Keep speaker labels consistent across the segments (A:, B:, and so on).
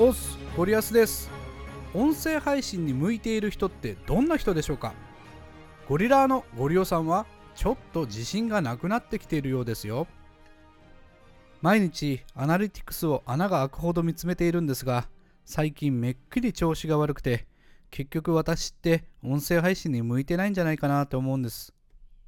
A: オス、ゴリアスです。音声配信に向いている人ってどんな人でしょうか？ゴリラーのゴリオさんはちょっと自信がなくなってきているようですよ。毎日アナリティクスを穴が開くほど見つめているんですが、最近めっきり調子が悪くて、結局私って音声配信に向いてないんじゃないかなと思うんです。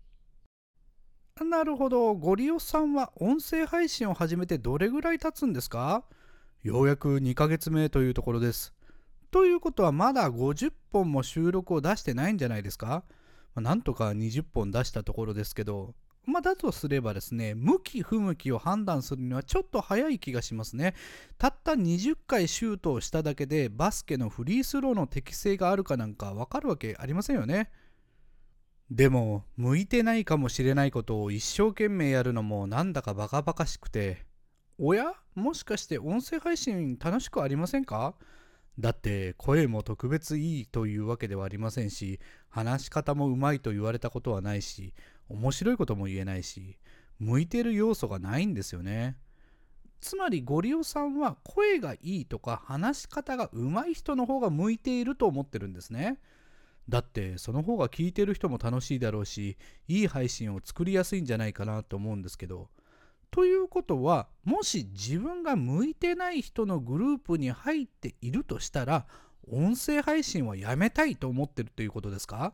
A: なるほど。ゴリオさんは音声配信を始めてどれぐらい経つんですか？ようやく2ヶ月目というところです。ということはまだ50本も収録を出してないんじゃないですか？なんとか20本出したところですけど、だとすればですね、向き不向きを判断するにはちょっと早い気がしますね。たった20回シュートをしただけでバスケのフリースローの適性があるかなんかわかるわけありませんよね。でも、向いてないかもしれないことを一生懸命やるのもなんだかバカバカしくて、おやもしかして音声配信楽しくありませんか？だって声も特別いいというわけではありませんし、話し方もうまいと言われたことはないし、面白いことも言えないし、向いてる要素がないんですよね。つまりゴリオさんは声がいいとか話し方がうまい人の方が向いていると思ってるんですね。だってその方が聞いてる人も楽しいだろうし、いい配信を作りやすいんじゃないかなと思うんですけど、ということは、もし自分が向いてない人のグループに入っているとしたら、音声配信はやめたいと思ってるということですか？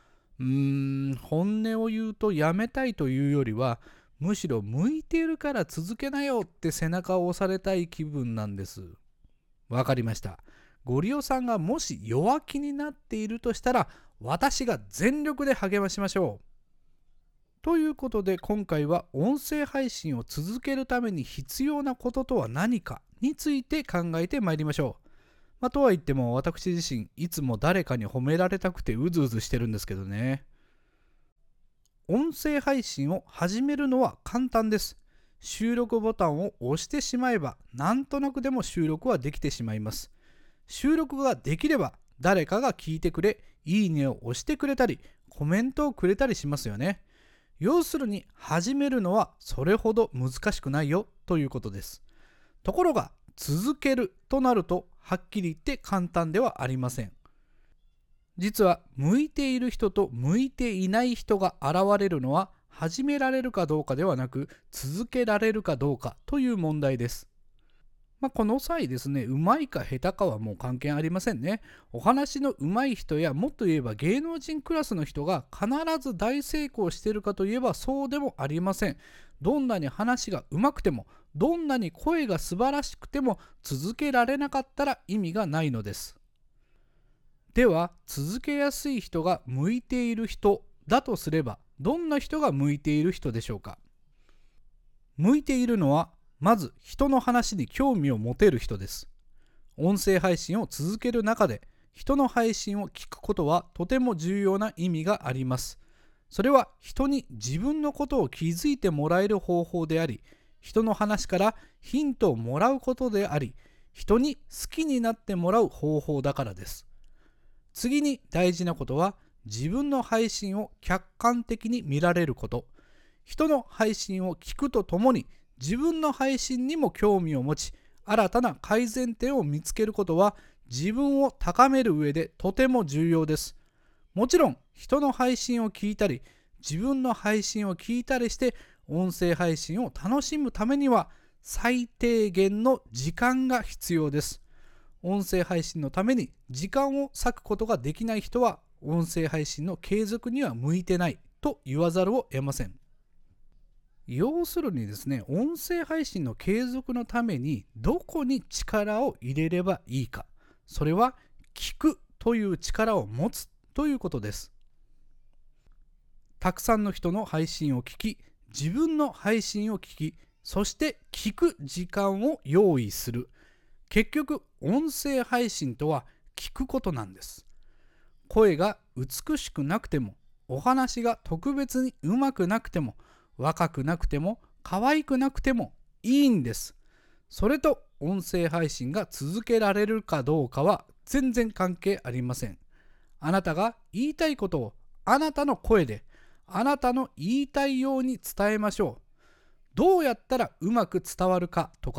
A: 本音を言うとやめたいというよりは、むしろ向いているから続けなよって背中を押されたい気分なんです。わかりました。ゴリオさんがもし弱気になっているとしたら、私が全力で励ましましょう。ということで今回は音声配信を続けるために必要なこととは何かについて考えてまいりましょう。とは言っても私自身いつも誰かに褒められたくてうずうずしてるんですけどね。音声配信を始めるのは簡単です。収録ボタンを押してしまえばなんとなくでも収録はできてしまいます。収録ができれば誰かが聞いてくれ、いいねを押してくれたり、コメントをくれたりしますよね。要するに始めるのはそれほど難しくないよということです。ところが続けるとなるとはっきり言って簡単ではありません。実は向いている人と向いていない人が現れるのは始められるかどうかではなく続けられるかどうかという問題です。この際ですね、うまいか下手かはもう関係ありませんね。お話のうまい人やもっと言えば芸能人クラスの人が必ず大成功しているかといえばそうでもありません。どんなに話がうまくても、どんなに声が素晴らしくても続けられなかったら意味がないのです。では、続けやすい人が向いている人だとすれば、どんな人が向いている人でしょうか？向いているのはまず人の話に興味を持てる人です。音声配信を続ける中で人の配信を聞くことはとても重要な意味があります。それは人に自分のことを気づいてもらえる方法であり、人の話からヒントをもらうことであり、人に好きになってもらう方法だからです。次に大事なことは自分の配信を客観的に見られること。人の配信を聞くとともに自分の配信にも興味を持ち、新たな改善点を見つけることは自分を高める上でとても重要です。もちろん人の配信を聞いたり、自分の配信を聞いたりして音声配信を楽しむためには最低限の時間が必要です。音声配信のために時間を割くことができない人は音声配信の継続には向いてないと言わざるを得ません。要するにですね、音声配信の継続のためにどこに力を入れればいいか。それは聞くという力を持つということです。たくさんの人の配信を聞き、自分の配信を聞き、そして聞く時間を用意する。結局、音声配信とは聞くことなんです。声が美しくなくても、お話が特別にうまくなくても、若くなくても可愛くなくてもいいんです。それと音声配信が続けられるかどうかは全然関係ありません。あなたが言いたいことをあなたの声であなたの言いたいように伝えましょう。どうやったらうまく伝わるかとか、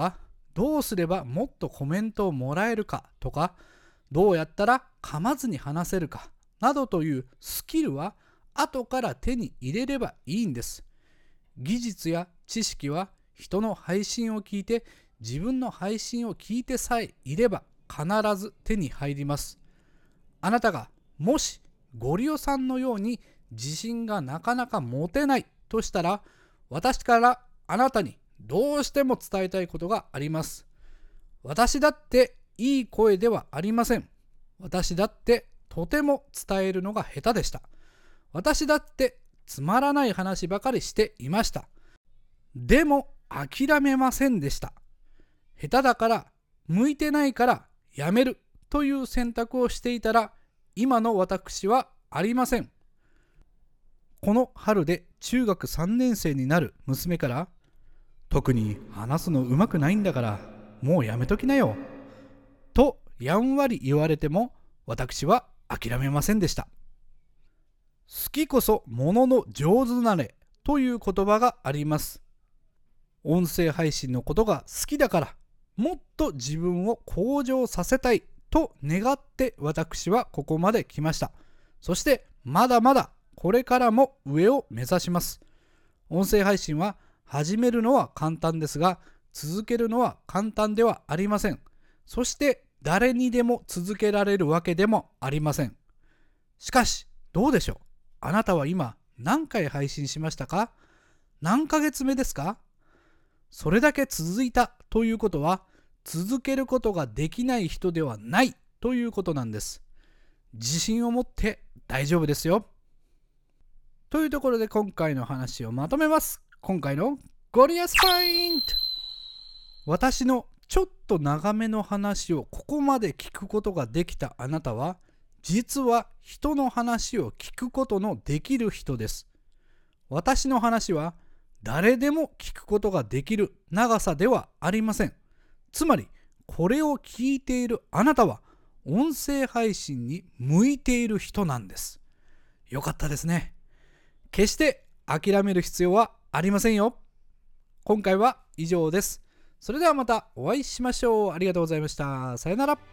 A: どうすればもっとコメントをもらえるかとか、どうやったら噛まずに話せるかなどというスキルは後から手に入れればいいんです。技術や知識は人の配信を聞いて、自分の配信を聞いてさえいれば必ず手に入ります。あなたがもしゴリオさんのように自信がなかなか持てないとしたら、私からあなたにどうしても伝えたいことがあります。私だっていい声ではありません。私だってとても伝えるのが下手でした。私だってつまらない話ばかりしていました。でも諦めませんでした。下手だから、向いてないからやめるという選択をしていたら、今の私はありません。この春で中学3年生になる娘から、特に話すのうまくないんだからもうやめときなよとやんわり言われても、私は諦めませんでした。好きこそものの上手なれという言葉があります。音声配信のことが好きだから、もっと自分を向上させたいと願って私はここまで来ました。そしてまだまだこれからも上を目指します。音声配信は始めるのは簡単ですが、続けるのは簡単ではありません。そして誰にでも続けられるわけでもありません。しかしどうでしょう。あなたは今何回配信しましたか？何ヶ月目ですか？それだけ続いたということは、続けることができない人ではないということなんです。自信を持って大丈夫ですよ。というところで今回の話をまとめます。今回のゴリアスポイント。私のちょっと長めの話をここまで聞くことができたあなたは、実は人の話を聞くことのできる人です。私の話は誰でも聞くことができる長さではありません。つまりこれを聞いているあなたは音声配信に向いている人なんです。よかったですね。決して諦める必要はありませんよ。今回は以上です。それではまたお会いしましょう。ありがとうございました。さよなら。